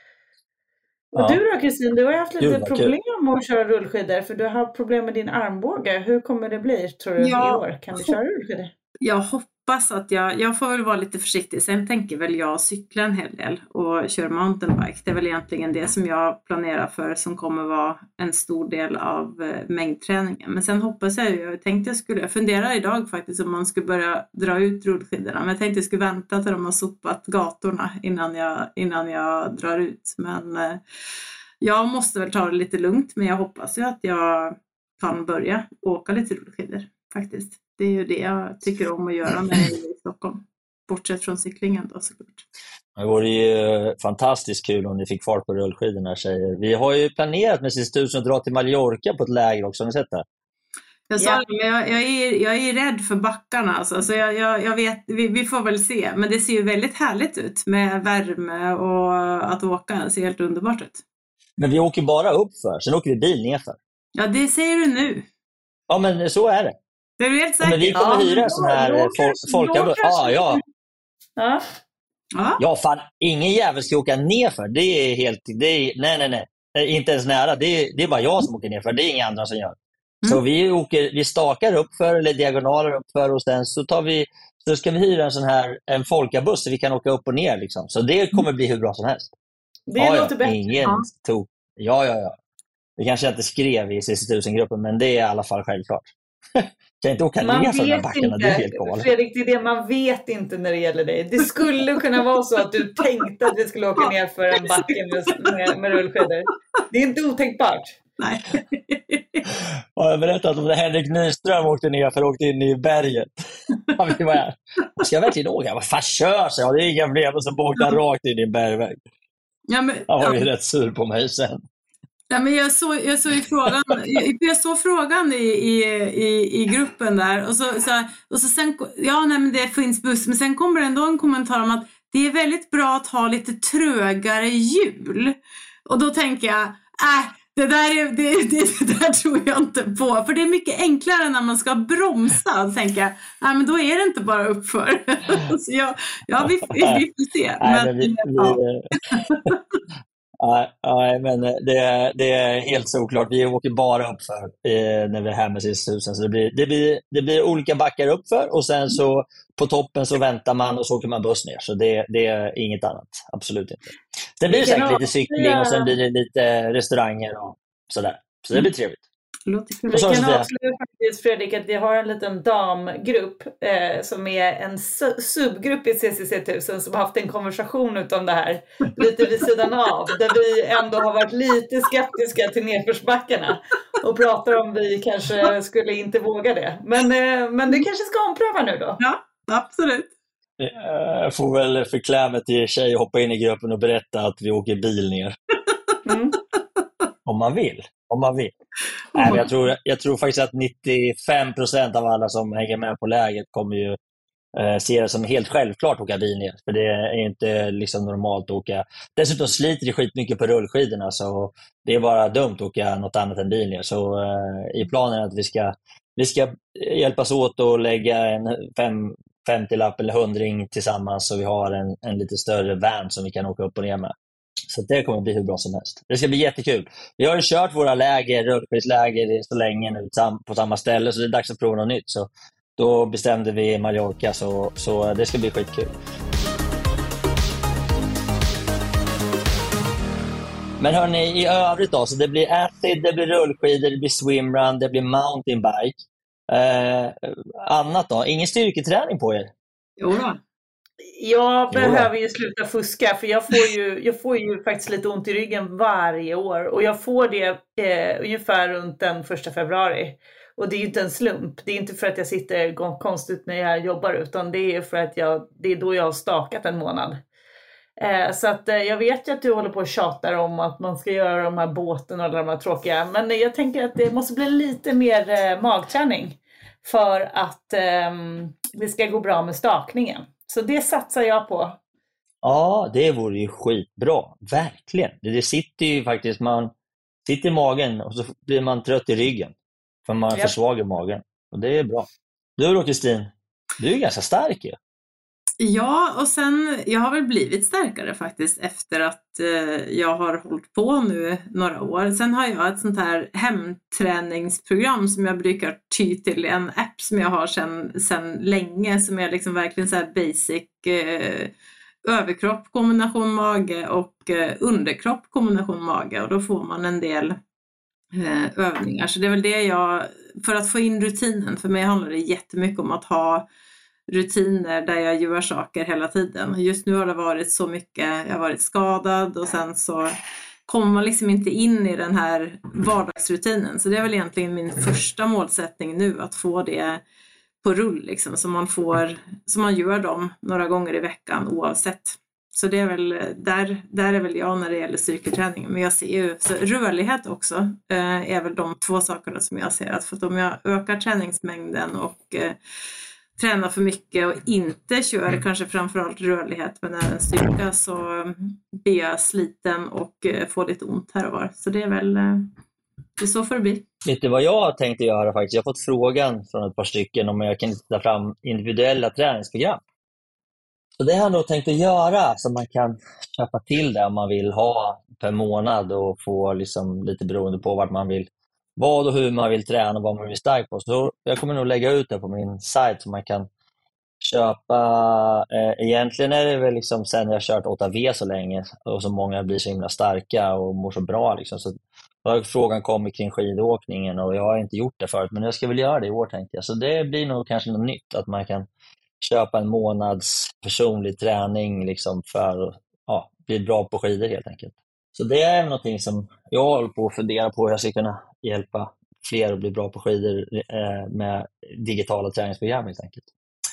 Och ja. Du då, Kristin, du har haft lite Gud, problem med att köra rullskidor. För du har problem med din armbåge. Hur kommer det bli, tror du, ja. i år? Kan du köra rullskidor? Jag hoppas att jag, jag får väl vara lite försiktig. Sen tänker väl jag cykla en hel del och köra mountainbike. Det är väl egentligen det som jag planerar för som kommer vara en stor del av eh, mängdträningen. Men sen hoppas jag, jag tänkte jag skulle, jag funderar idag faktiskt om man skulle börja dra ut rullskidorna. Men jag tänkte jag skulle vänta till de har sopat gatorna innan jag, innan jag drar ut. Men eh, jag måste väl ta det lite lugnt, men jag hoppas ju att jag kan börja åka lite rullskidor faktiskt. Det är ju det jag tycker om att göra när jag är i Stockholm. Bortsett från cyklingen då såklart. Det vore ju fantastiskt kul om ni fick fart på rullskidorna, tjejer. Vi har ju planerat med sista tusen att dra till Mallorca på ett läger också. Har ni sett det? Jag sa det, men jag, jag, är, jag är rädd för backarna. Alltså. Alltså jag, jag, jag vet, vi, vi får väl se. Men det ser ju väldigt härligt ut med värme och att åka. Det ser helt underbart ut. Men vi åker bara upp för, sen åker vi bil nerför. Ja, det säger du nu. Ja, men så är det. Är du helt säker? Men vi kommer ja, hyra en sån här fol- folkabuss. Ja, ja. Ja. Ja. Ja, fan. Ingen jävel ska åka nerför. Det är helt... Det är, nej, nej, nej. Inte ens nära. Det är, det är bara jag som åker nerför. Det är inga andra som gör. Mm. Så vi åker, vi stakar upp för eller diagonaler upp för och sen så tar vi... Så ska vi hyra en sån här en folkabuss så vi kan åka upp och ner liksom. Så det kommer bli hur bra som helst. Det ja, låter ja, bättre. Ingen ja. tog... Ja, ja, ja. Det kanske jag inte skrev i sista tusen-gruppen, men det är i alla fall självklart. Jag inte åka ner för de här backarna, inte. Det är helt galet. Fredrik, det är det man vet inte när det gäller dig. Det skulle kunna vara så att du tänkte att vi skulle åka ner för en backe med, med, med rullskidor. Det är inte otänkbart. Nej. Ja, jag berättade om det Henrik Nyström åkte ner för att åkte in i berget. Vi var här. Ska jag verkligen åka? Vad fan kör sig? Ja, det är inga problem. Och så åkte han rakt in i en bergväg. Ja, men, han var ju ja. rätt sur på mig sen. Ja, men jag såg jag så frågan, jag, jag såg frågan i, i, i, i gruppen där och så, så, och så sen, ja nej men det finns buss, men sen kommer det ändå en kommentar om att det är väldigt bra att ha lite trögare hjul. Och då tänker jag, äh, det där, är, det, det, det där tror jag inte på. För det är mycket enklare när man ska bromsa. Och tänka, nej men då är det inte bara uppför. Så jag, ja, vi, vi, vi får se. Nej, men, men vi, ja. vi, Nej, men det, det är helt såklart. Vi åker bara upp för eh, när vi är här med sista husen. Så det blir, det, blir, det blir olika backar upp för och sen så på toppen så väntar man och så åker man buss ner. Så det, det är inget annat. Absolut inte. Sen blir det säkert lite cykling och sen blir det lite restauranger och sådär. Så det blir trevligt. Vi kan avslöja faktiskt, Fredrik, att vi har en liten damgrupp eh, som är en su- subgrupp i C C C tusen som har haft en konversation utom det här lite vid sidan av, där vi ändå har varit lite skeptiska till nedförsbackarna och pratar om vi kanske skulle inte våga det. Men, eh, men du kanske ska ompröva nu då? Ja, absolut. Jag får väl förklä mig till tjej och hoppa in i gruppen och berätta att vi åker bil ner. Mm. Om man vill. Om man vill. Nej, men jag, tror, jag tror faktiskt att nittiofem procent av alla som hänger med på läget kommer ju eh, se det som helt självklart att åka bil ner. För det är inte liksom normalt att åka. Dessutom sliter det skitmycket på rullskidorna så det är bara dumt att åka något annat än bil ner. Så eh, i planen är att vi ska, vi ska hjälpas åt och lägga en fem, femtio-lapp eller hundring tillsammans så vi har en, en lite större van som vi kan åka upp och ner med. Så det kommer att bli hur bra som helst. Det ska bli jättekul. Vi har ju kört våra läger, rullskidsläger så länge nu på samma ställe så det är dags att prova något nytt. Så då bestämde vi Mallorca så, så det ska bli skitkul. Men hörni, i övrigt då, så det blir acid, det blir rullskidor, det blir swimrun, det blir mountainbike. Eh, annat då? Ingen styrketräning på er? Jo då. Jag behöver ju sluta fuska, för jag får ju, jag får ju faktiskt lite ont i ryggen varje år. Och jag får det eh, ungefär runt den första februari. Och det är ju inte en slump. Det är inte för att jag sitter konstigt när jag jobbar, utan det är för att jag, det är då jag har stakat en månad. Eh, så att eh, jag vet ju att du håller på och tjatar om att man ska göra de här båten och de här tråkiga. Men jag tänker att det måste bli lite mer eh, magträning för att eh, det ska gå bra med stakningen. Så det satsar jag på. Ja, det vore ju skitbra. Verkligen. Det, det sitter ju faktiskt, man sitter i magen och så blir man trött i ryggen. För man Yep. försvagar magen. Och det är bra. Du då, Kristin? Du är ganska stark ju. Ja, och sen, jag har väl blivit starkare faktiskt efter att eh, jag har hållit på nu några år. Sen har jag ett sånt här hemträningsprogram som jag brukar ty till, en app som jag har sedan sen länge, som är liksom verkligen så här basic eh, överkropp kombination mage och eh, underkropp kombination mage, och då får man en del eh, övningar. Så det är väl det jag, för att få in rutinen, för mig handlar det jättemycket om att ha rutiner där jag gör saker hela tiden. Just nu har det varit så mycket, jag har varit skadad och sen så kommer man liksom inte in i den här vardagsrutinen. Så det är väl egentligen min första målsättning nu, att få det på rull liksom, så man får, så man gör dem några gånger i veckan oavsett. Så det är väl, där, där är väl jag när det gäller styrketräning. Men jag ser ju, så rörlighet också eh, är väl de två sakerna som jag ser. Att för att om jag ökar träningsmängden och eh, tränar för mycket och inte kör mm. kanske framförallt rörlighet men även styrka, så blir jag sliten och eh, får lite ont här och var. Så det är väl, eh, det är så får det bli. Vet du vad jag har tänkt att göra faktiskt? Jag har fått frågan från ett par stycken om jag kan ta fram individuella träningsprogram. Så det har jag nog tänkt att göra, så man kan köpa till det om man vill ha per månad och få liksom lite beroende på vart man vill, vad och hur man vill träna och vad man vill stark på. Så jag kommer nog lägga ut det på min sajt så man kan köpa. Eh, egentligen är det väl liksom sen jag har kört åtta V så länge och så många blir så himla starka och mår så bra liksom. Så då har frågan kommit kring skidåkningen och jag har inte gjort det förut, men jag ska väl göra det i år tänkte jag. Så det blir nog kanske något nytt, att man kan köpa en månads personlig träning liksom för att ja, bli bra på skidor helt enkelt. Så det är någonting som jag håller på att fundera på, hur jag ska kunna hjälpa fler att bli bra på skidor eh, med digitala träningsprogram helt enkelt.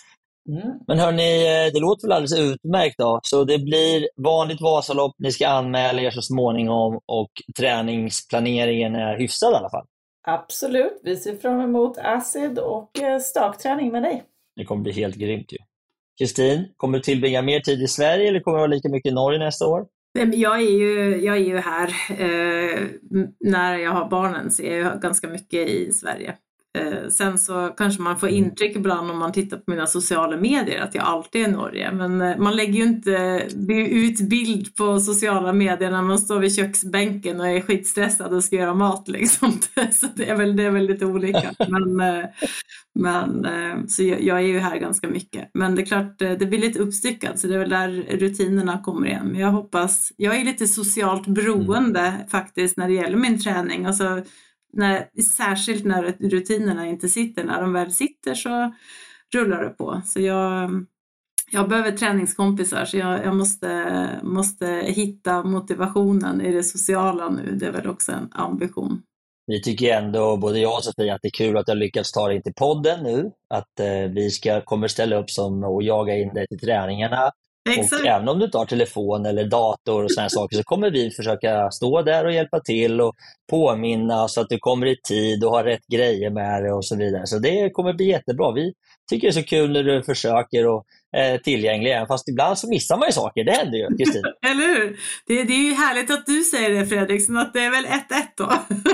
Mm. Men hörni, det låter väl alldeles utmärkt då. Så det blir vanligt Vasalopp, ni ska anmäla er så småningom och träningsplaneringen är hyfsad i alla fall. Absolut, vi ser fram emot acid och stakträning med dig. Det kommer bli helt grymt ju. Kristin, kommer du tillbringa mer tid i Sverige eller kommer du vara lika mycket i Norge nästa år? Jag är ju, jag är ju här. Eh, när jag har barnen så är jag ganska mycket i Sverige. Eh, sen så kanske man får intryck ibland om man tittar på mina sociala medier att jag alltid är i Norge. Men eh, man lägger ju inte ut bild på sociala medier när man står vid köksbänken och är skitstressad och ska göra mat liksom. Så det är väl, det är väl lite olika. Men, eh, men, eh, så jag, jag är ju här ganska mycket. Men det är klart, eh, det blir lite uppstyckat, så det är väl där rutinerna kommer igen. Men jag hoppas, jag är lite socialt beroende mm. faktiskt när det gäller min träning. Alltså, När, särskilt när rutinerna inte sitter. När de väl sitter så rullar det på. Så jag, jag behöver träningskompisar. Så jag, jag måste, måste hitta motivationen i det sociala nu. Det är väl också en ambition. Vi tycker ändå, både jag och Sofia, att det är kul att jag lyckats ta dig in till podden nu. Att eh, vi ska, kommer ställa upp som och jaga in dig till träningarna. Exakt. Och även om du tar telefon eller dator och sådana saker så kommer vi försöka stå där och hjälpa till och påminna så att du kommer i tid och har rätt grejer med dig och så vidare. Så det kommer bli jättebra. Vi tycker det är så kul när du försöker och är tillgänglig, även fast ibland så missar man ju saker. Det händer ju, Kristin. Eller hur? Det, det är ju härligt att du säger det, Fredrik, så att det är väl ett ett då.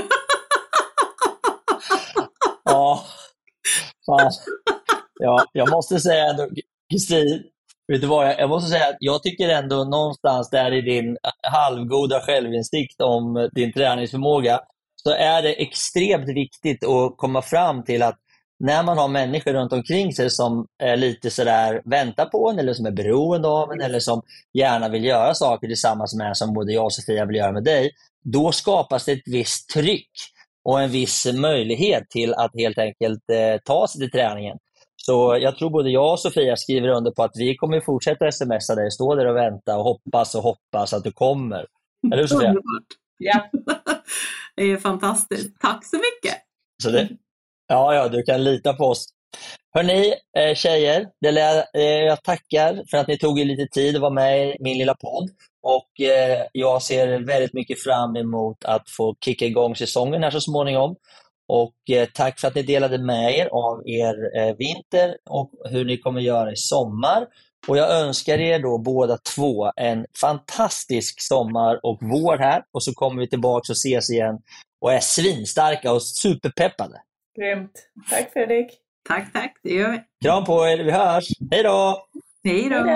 Ja. Fan. Ja, jag måste säga ändå, Kristin, vet du vad, jag måste säga att jag tycker ändå någonstans där i din halvgoda självinsikt om din träningsförmåga så är det extremt viktigt att komma fram till att när man har människor runt omkring sig som är lite sådär väntar på en eller som är beroende av en eller som gärna vill göra saker tillsammans med en som både jag och Sofia vill göra med dig, då skapas det ett visst tryck och en viss möjlighet till att helt enkelt eh, ta sig till träningen. Så jag tror både jag och Sofia skriver under på att vi kommer fortsätta smsa dig, stå där och vänta och hoppas och hoppas att du kommer. Eller hur, Sofia? Ja. Det är fantastiskt. Tack så mycket. Så det, ja, ja, du kan lita på oss. Hörrni, eh, tjejer, det lär, eh, jag tackar för att ni tog er lite tid att vara med i min lilla podd. Och eh, jag ser väldigt mycket fram emot att få kicka igång säsongen här så småningom. Och eh, tack för att ni delade med er av er eh, vinter och hur ni kommer göra i sommar. Och jag önskar er då båda två en fantastisk sommar och vår här. Och så kommer vi tillbaka och ses igen och är svinstarka och superpeppade. Grymt. Tack Fredrik. Tack, tack. Det gör vi. Kram på er. Vi hörs. Hej då! Hej då!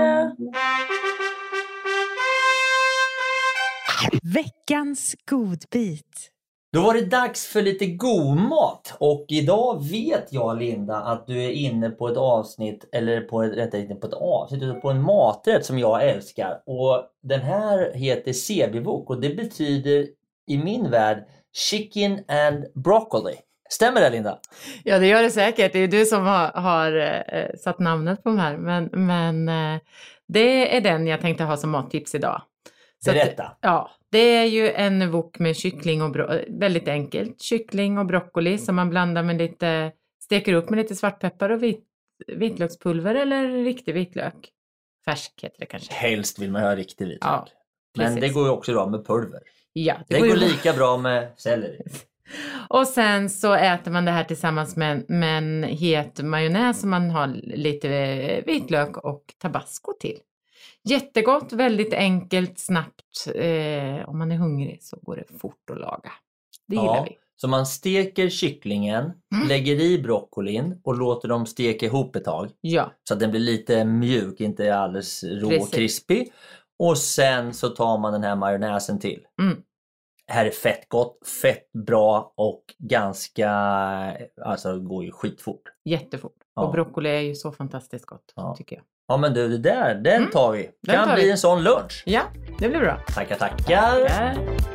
Veckans godbit. Då var det dags för lite god mat. Och idag vet jag, Linda, att du är inne på ett avsnitt, eller på ett, rättare inte på ett avsnitt, utan på en maträtt som jag älskar. Och den här heter sebivok och det betyder i min värld chicken and broccoli. Stämmer det, Linda? Ja, det gör det säkert. Det är du som har, har äh, satt namnet på de här. Men, men äh, det är den jag tänkte ha som mattips idag. Så Berätta. Att, ja, det är ju en wok med kyckling och bro- väldigt enkelt. Kyckling och broccoli som man blandar med lite, steker upp med lite svartpeppar och vit, vitlökspulver eller riktig vitlök. Färsk heter det kanske. Helst vill man ha riktig vitlök. Ja, men det går ju också bra med pulver. Ja, det, det går, går lika bra med selleri. Och sen så äter man det här tillsammans med, med en het majonnäs som man har lite vitlök och tabasco till. Jättegott, väldigt enkelt, snabbt. Eh, om man är hungrig så går det fort att laga. Det gillar ja, vi. Så man steker kycklingen, mm. lägger i broccolin och låter dem steka ihop ett tag. Ja. Så att den blir lite mjuk, inte alldeles rå och krispig. Och sen så tar man den här majonnäsen till. Mm. Här är fett gott, fett bra och ganska, alltså det går ju skitfort. Jättefort. Ja. Och broccoli är ju så fantastiskt gott, ja. tycker jag. Ja men du, det där, den mm. tar vi. Den kan tar bli vi. en sån lunch. Ja, det blir bra. Tackar, tackar. tackar.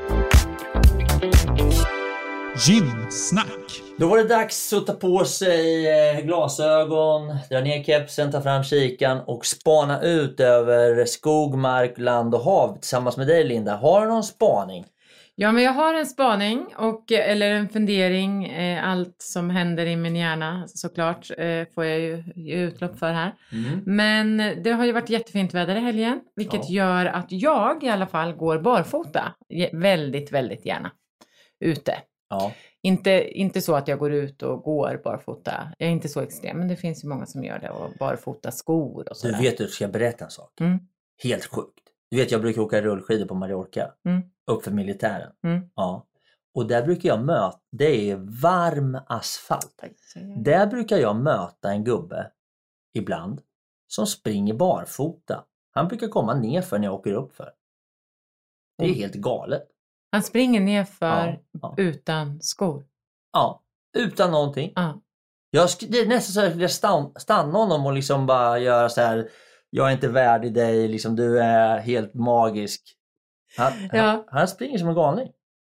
Gymsnack. Då var det dags att ta på sig glasögon, dra ner kepsen, ta fram kikan och spana ut över skog, mark, land och hav tillsammans med dig, Linda. Har du någon spaning? Ja, men jag har en spaning och, eller en fundering. Eh, allt som händer i min hjärna såklart eh, får jag ju, ju utlopp för här. Mm. Men det har ju varit jättefint väder i helgen. Vilket ja. gör att jag i alla fall går barfota. Väldigt, väldigt gärna. Ute. Ja. Inte, inte så att jag går ut och går barfota. Jag är inte så extrem. Men det finns ju många som gör det. Och barfota skor och sådär. Du vet att du ska berätta en sak. Mm. Helt sjukt. Du vet jag brukar åka rullskidor på Mallorca. Mm. Upp för militären. Mm. Ja. Och där brukar jag möta, det är varm asfalt. Där brukar jag möta en gubbe ibland som springer barfota. Han brukar komma ner för när jag åker upp för. Det är mm. helt galet. Han springer ner för ja, ja. utan skor. Ja, utan någonting. Ja. Jag sk- det är nästan så att jag vill stanna, stanna honom och liksom bara göra så här. Jag är inte värdig dig, liksom, du är helt magisk. Han, ja. han, han springer som en galning.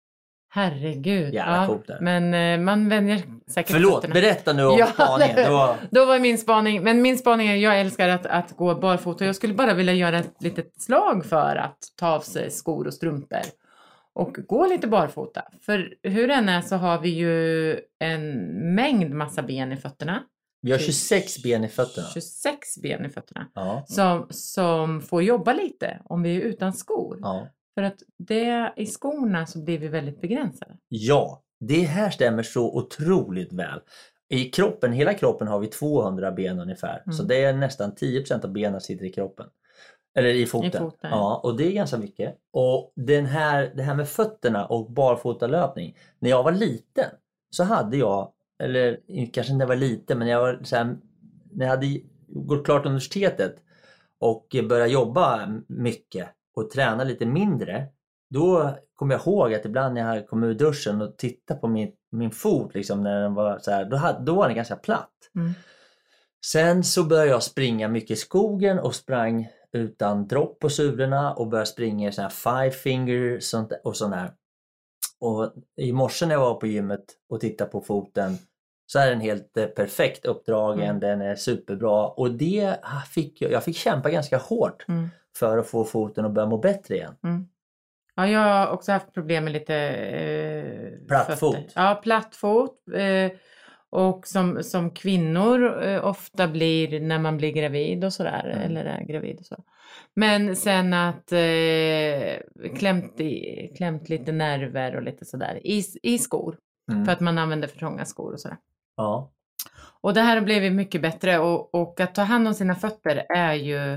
Herregud. Jävla coolt där. Men eh, man vänjer säkert Förlåt, fötterna. berätta nu om ja, spaningen. Det var... Då var min spaning. Men min spaning är, jag älskar att, att gå barfota. Jag skulle bara vilja göra ett litet slag för att ta av sig skor och strumpor. Och gå lite barfota. För hur den är så har vi ju en mängd massa ben i fötterna. Vi har tjugosex ben i fötterna. tjugosex ben i fötterna. Ja. Som, som får jobba lite om vi är utan skor. Ja. För att det, i skorna så blir vi väldigt begränsade. Ja, det här stämmer så otroligt väl. I kroppen, hela kroppen har vi tvåhundra ben ungefär. Mm. Så det är nästan tio procent av benen sitter i kroppen. Eller i foten. I foten. Ja, och det är ganska mycket. Och den här, det här med fötterna och barfotalöpning. När jag var liten så hade jag, eller kanske när jag var liten, men jag var så här, när jag hade gått klart universitetet och börjat jobba mycket och träna lite mindre, då kommer jag ihåg att ibland när jag kom ur duschen och tittade på min, min fot liksom, när den var så här, då, hade, då var den ganska platt. Mm. Sen så började jag springa mycket i skogen och sprang utan dropp på sulorna och började springa i sån här five finger sånt, och sån här. Och i morse när jag var på gymmet och tittade på foten så är den helt eh, perfekt uppdragen, mm. den är superbra. Och det fick jag, jag fick kämpa ganska hårt mm. för att få foten att börja må bättre igen. Mm. Ja, jag har också haft problem med lite... Eh, plattfot. Fötter. Ja, plattfot. Eh, och som, som kvinnor eh, ofta blir när man blir gravid och sådär. Mm. Eller är gravid och så. Men sen att eh, klämt, i, klämt lite nerver och lite sådär i, i skor. Mm. För att man använder för trånga skor och sådär. Ja. Och det här har blivit mycket bättre. Och, och att ta hand om sina fötter är ju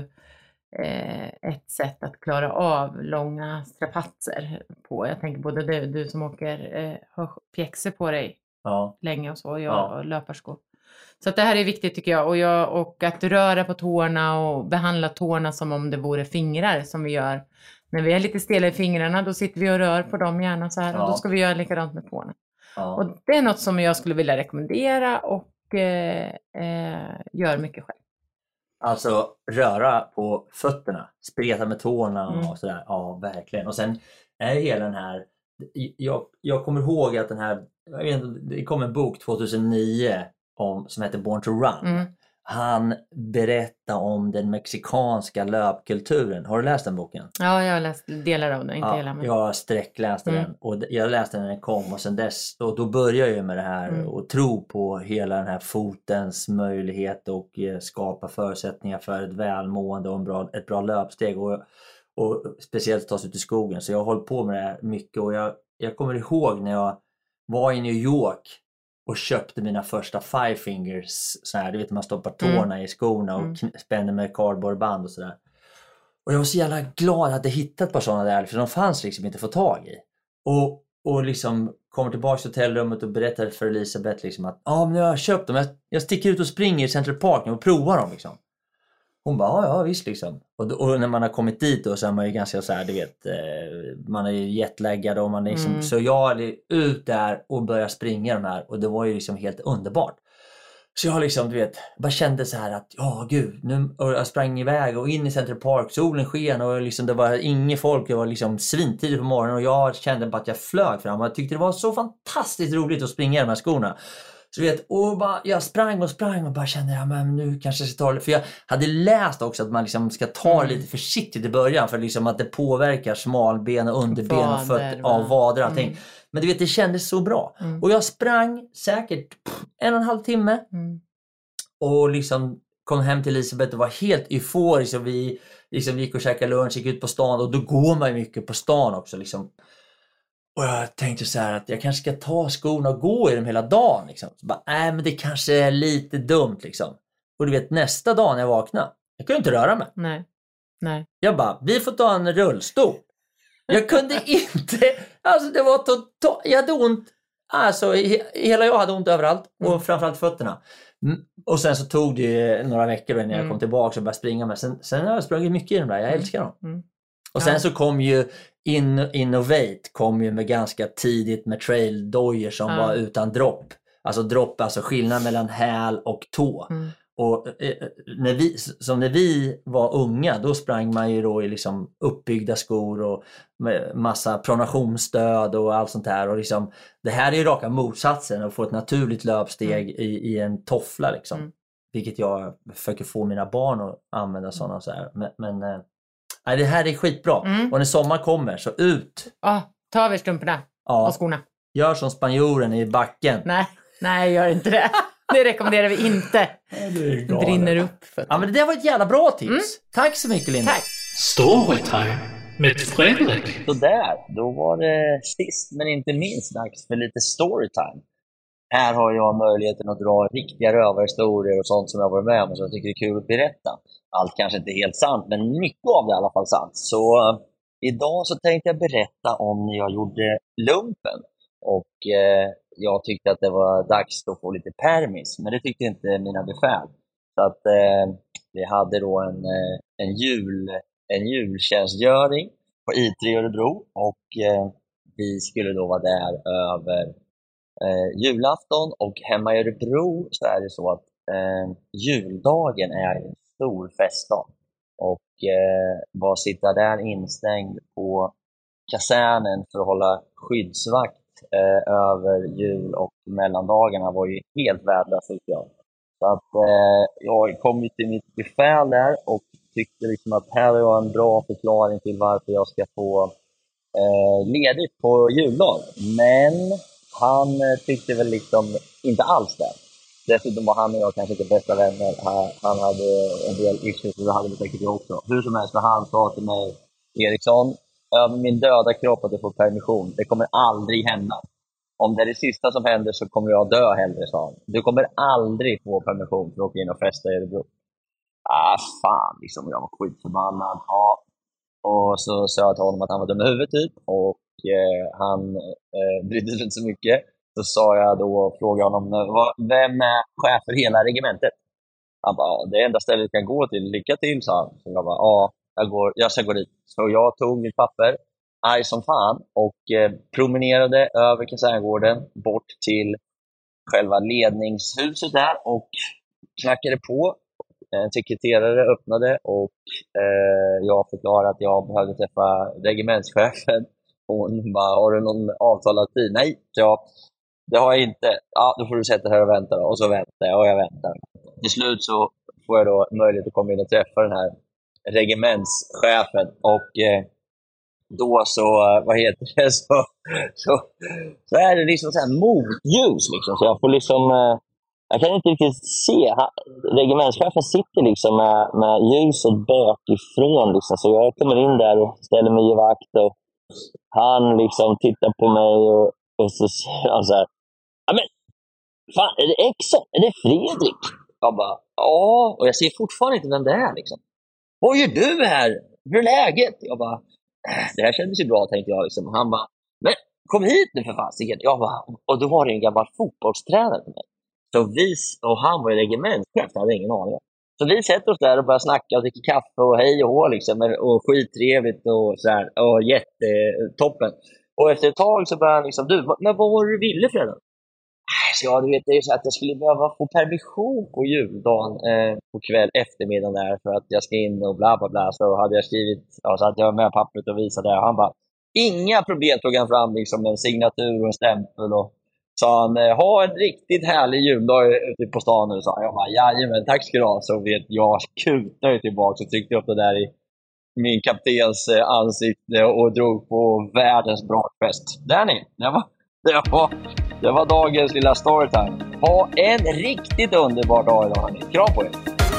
eh, ett sätt att klara av långa strapatser på. Jag tänker både du, du som åker eh, har pjäxor på dig ja. länge och så. Jag ja. och löparskor. Så att det här är viktigt tycker jag. Och, jag. och att röra på tårna och behandla tårna som om det vore fingrar som vi gör. När vi är lite stela i fingrarna då sitter vi och rör på dem gärna så här. Ja. Och då ska vi göra likadant med tårna. Ja. Och det är något som jag skulle vilja rekommendera och eh, eh, gör mycket själv. Alltså röra på fötterna, spreta med tårna mm. och sådär. Ja, verkligen. Och sen är hela den här, jag, jag kommer ihåg att den här, jag vet inte, det kom en bok tjugohundranio om, som heter Born to Run. Mm. Han berättar om den mexikanska löpkulturen. Har du läst den boken? Ja, jag har läst delar av den, inte ja, hela. Men... Jag har sträckläst mm. den och jag läste den när den kom och sen dess, och då började jag med det här mm. och tro på hela den här fotens möjlighet och eh, skapa förutsättningar för ett välmående och en bra, ett bra löpsteg och, och speciellt ta sig ut i skogen. Så jag har hållit på med det här mycket och jag, jag kommer ihåg när jag var i New York och köpte mina första five fingers så här, du vet man stoppar tårna mm. i skorna och mm. spänner med cardboardband och sådär. Och jag var så jävla glad att jag hittat ett par sådana där för de fanns liksom inte att få tag i. Och, och liksom kommer tillbaka till hotellrummet och berättar för Elisabeth liksom att ja ah, men jag har köpt dem, jag, jag sticker ut och springer i Central Park och provar dem liksom. Hon bara, ja, ja visst liksom. Och, och när man har kommit dit då så är man ju ganska så här, du vet, eh, man är ju jetlaggad och man är liksom, mm. så jag är ut där och börjar springa de här och det var ju liksom helt underbart. Så jag liksom, du vet, bara kände så här att, ja gud, nu, och jag sprang iväg och in i Central Park, solen sken och liksom det var inget folk, det var liksom svintidigt på morgonen och jag kände bara att jag flög fram och jag tyckte det var så fantastiskt roligt att springa i de här skorna. Så vet, och bara, jag sprang och sprang och bara kände ja, men nu kanske jag ska ta det. För jag hade läst också att man liksom ska ta det lite försiktigt i början. För liksom att det påverkar smalben och underben och fötter av vader och allting. Mm. Men du vet, det kändes så bra. Mm. Och jag sprang säkert pff, en och en halv timme. Mm. Och liksom kom hem till Elisabeth och var helt euforisk. Och vi liksom gick och käkade lunch, gick ut på stan. Och då går man ju mycket på stan också liksom. Och jag tänkte så här att jag kanske ska ta skorna och gå i dem hela dagen. Liksom. Så bara, nej men det kanske är lite dumt liksom. Och du vet nästa dag när jag vaknade, jag kunde inte röra mig. Nej. Nej. Jag bara, vi får ta en rullstol. Jag kunde inte, alltså det var totalt, jag hade ont. Alltså hela jag hade ont överallt och mm. framförallt fötterna. Och sen så tog det några veckor när jag mm. kom tillbaka och började springa med. Sen, sen har jag sprungit mycket i dem där, jag älskar dem. Mm. Och sen ja. så kom ju In, Innovate kom ju med ganska tidigt med trail dojer som ja. var utan dropp. Alltså dropp, alltså skillnad mellan häl och tå. Mm. Och eh, när vi, som när vi var unga, då sprang man ju då i liksom uppbyggda skor och med massa pronationsstöd och allt sånt här. Och liksom, det här är ju raka motsatsen att få ett naturligt löpsteg mm. i, i en toffla liksom. Mm. Vilket jag försöker få mina barn att använda sådana så här. Men, men eh, nej, det här är skitbra. Mm. Och när sommar kommer så ut. Ja, ta över strumporna ja. och skorna. Gör som spanjoren i backen. Nej, nej gör inte det. Det rekommenderar vi inte. Det brinner upp. För ja, men det där var ett jävla bra tips. Mm. Tack så mycket Linda. Tack. Storytime med Fredrik. Så där, då var det sist men inte minst dags för lite storytime. Här har jag möjligheten att dra riktiga rövarhistorier och sånt som jag varit med om och som jag tycker är kul att berätta. Allt kanske inte helt sant, men mycket av det är i alla fall sant. Så uh, idag så tänkte jag berätta om när jag gjorde lumpen. Och uh, jag tyckte att det var dags att få lite permis, men det tyckte inte mina befäl. Så att uh, vi hade då en, uh, en, jul, en jultjänstgöring på I tre i Örebro och eh, vi skulle då vara där över eh, julafton, och hemma i Örebro så är det så att eh, juldagen är en stor festdag, och eh, bara sitta där instängd på kasernen för att hålla skyddsvakt eh, över jul och mellandagarna var ju helt värdelöst, tycker jag. Så att eh, jag kom ju till mitt befäl där och tyckte liksom att här har jag en bra förklaring till varför jag ska få eh, ledigt på juldag. Men han eh, tyckte väl liksom inte alls det. Dessutom var han och jag kanske inte bästa vänner. Han, han hade en del issues, och det hade det säkert jag också. Hur som helst, när han sa till mig, Eriksson, över min döda kropp att du får permission. Det kommer aldrig hända. Om det är det sista som händer så kommer jag dö hellre, sa han. Du kommer aldrig få permission för att åka in och festa i Örebro. Ah, fan, liksom, jag var skitförbannad. Ja. Och så sa jag till honom att han var dum i huvudet typ. Och eh, han eh, brydde sig inte så mycket. Så sa jag då och frågade honom, vem är chef för hela regementet? Han bara, det enda stället jag kan gå till. Lycka till, sa han. Så jag bara, ja, jag, går, jag ska gå dit. Så jag tog mitt papper, arg som fan, och eh, promenerade över kaserngården bort till själva ledningshuset där och knackade på. En sekreterare öppnade och eh, jag förklarade att jag behövde träffa regementschefen. Hon bara, har du någon avtalad tid? Nej, ja, det har jag inte. Ja, då får du sätta här och vänta då. Och så väntar jag och jag väntar. Till slut så får jag då möjlighet att komma in och träffa den här regementschefen. Och eh, då så, vad heter det, så, så, så är det liksom så här motljus liksom. Så jag får liksom... Eh, Jag kan inte riktigt se. Regementschefen sitter liksom med, med ljuset bakifrån. Liksom. Så jag kommer in där och ställer mig i vakt. Och han liksom tittar på mig och, och så säger han så här. Ja men, fan, är det Exxon? Är det Fredrik? Jag bara, ja. Och jag ser fortfarande inte vem det är liksom. Vad gör du här? Hur är läget? Jag bara, det här kändes ju bra, tänkte jag liksom. Han bara, men kom hit nu för fasiken. Jag bara, och då var det en gammal fotbollstränare med mig. Så vi, och han var ju regementschef, jag hade ingen aning. Så vi sätter oss där och börjar snacka och dricker kaffe och hej och hå liksom. Och skittrevligt och sådär. Och jättetoppen. Och efter ett tag så börjar han liksom, du, men vad var det du ville Fredag? Så ja, du vet, det är så att jag skulle behöva få permission på juldagen eh, på kväll eftermiddag där för att jag ska in och bla bla bla. Så hade jag skrivit, ja, så att jag var med pappret och visade det. Han bara, inga problem, tog han fram liksom en signatur och en stämpel och sa han, ha en riktigt härlig juldag ute på stan nu, sa han. Jag bara, jajamän, tack ska du ha. Så vet jag, kutade tillbaka och tryckte upp det där i min kaptens ansikte och drog på världens brakfest. Där ni, det var, det var, det var dagens lilla storytime. Ha en riktigt underbar dag idag, hörni. Kram på er!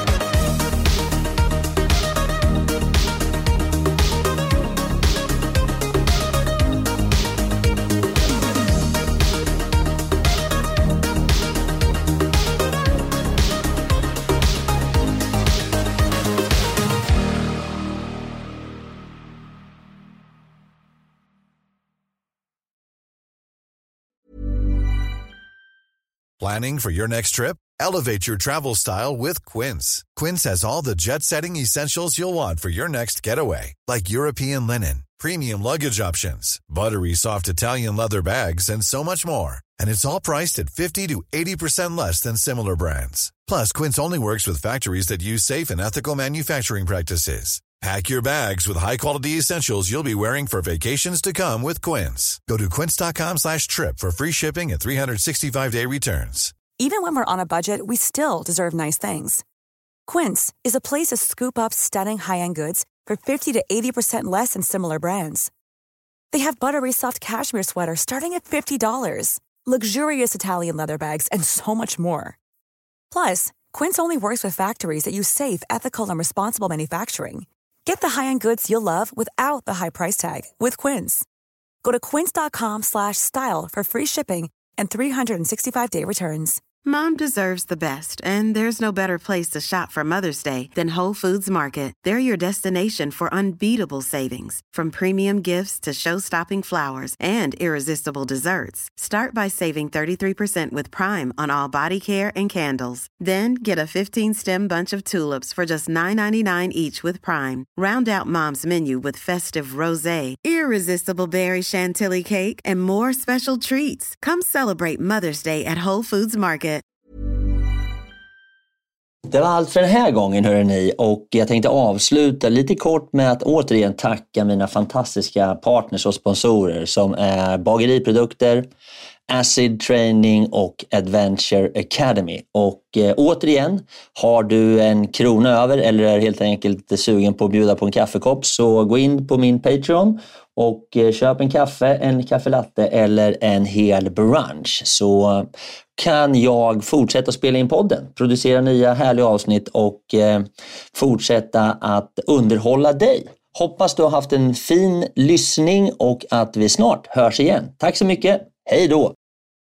Planning for your next trip? Elevate your travel style with Quince. Quince has all the jet-setting essentials you'll want for your next getaway, like European linen, premium luggage options, buttery soft Italian leather bags, and so much more. And it's all priced at fifty to eighty percent less than similar brands. Plus, Quince only works with factories that use safe and ethical manufacturing practices. Pack your bags with high-quality essentials you'll be wearing for vacations to come with Quince. Go to quince.com slash trip for free shipping and three sixty-five day returns. Even when we're on a budget, we still deserve nice things. Quince is a place to scoop up stunning high-end goods for fifty to eighty percent less than similar brands. They have buttery soft cashmere sweaters starting at fifty dollars, luxurious Italian leather bags, and so much more. Plus, Quince only works with factories that use safe, ethical, and responsible manufacturing. Get the high-end goods you'll love without the high price tag with Quince. Go to quince.com slash style for free shipping and three sixty-five day returns. Mom deserves the best, and there's no better place to shop for Mother's Day than Whole Foods Market. They're your destination for unbeatable savings, from premium gifts to show-stopping flowers and irresistible desserts. Start by saving thirty-three percent with Prime on all body care and candles. Then get a fifteen-stem bunch of tulips for just nine ninety-nine each with Prime. Round out Mom's menu with festive rosé, irresistible berry chantilly cake, and more special treats. Come celebrate Mother's Day at Whole Foods Market. Det var allt för den här gången, hörrni, och jag tänkte avsluta lite kort med att återigen tacka mina fantastiska partners och sponsorer som är Bageriprodukter, Acid Training och Adventure Academy. Och eh, återigen, har du en krona över eller är helt enkelt sugen på att bjuda på en kaffekopp, så gå in på min Patreon och eh, köp en kaffe, en kaffelatte eller en hel brunch, så kan jag fortsätta spela in podden, producera nya härliga avsnitt och eh, fortsätta att underhålla dig. Hoppas du har haft en fin lyssning och att vi snart hörs igen. Tack så mycket, hej då!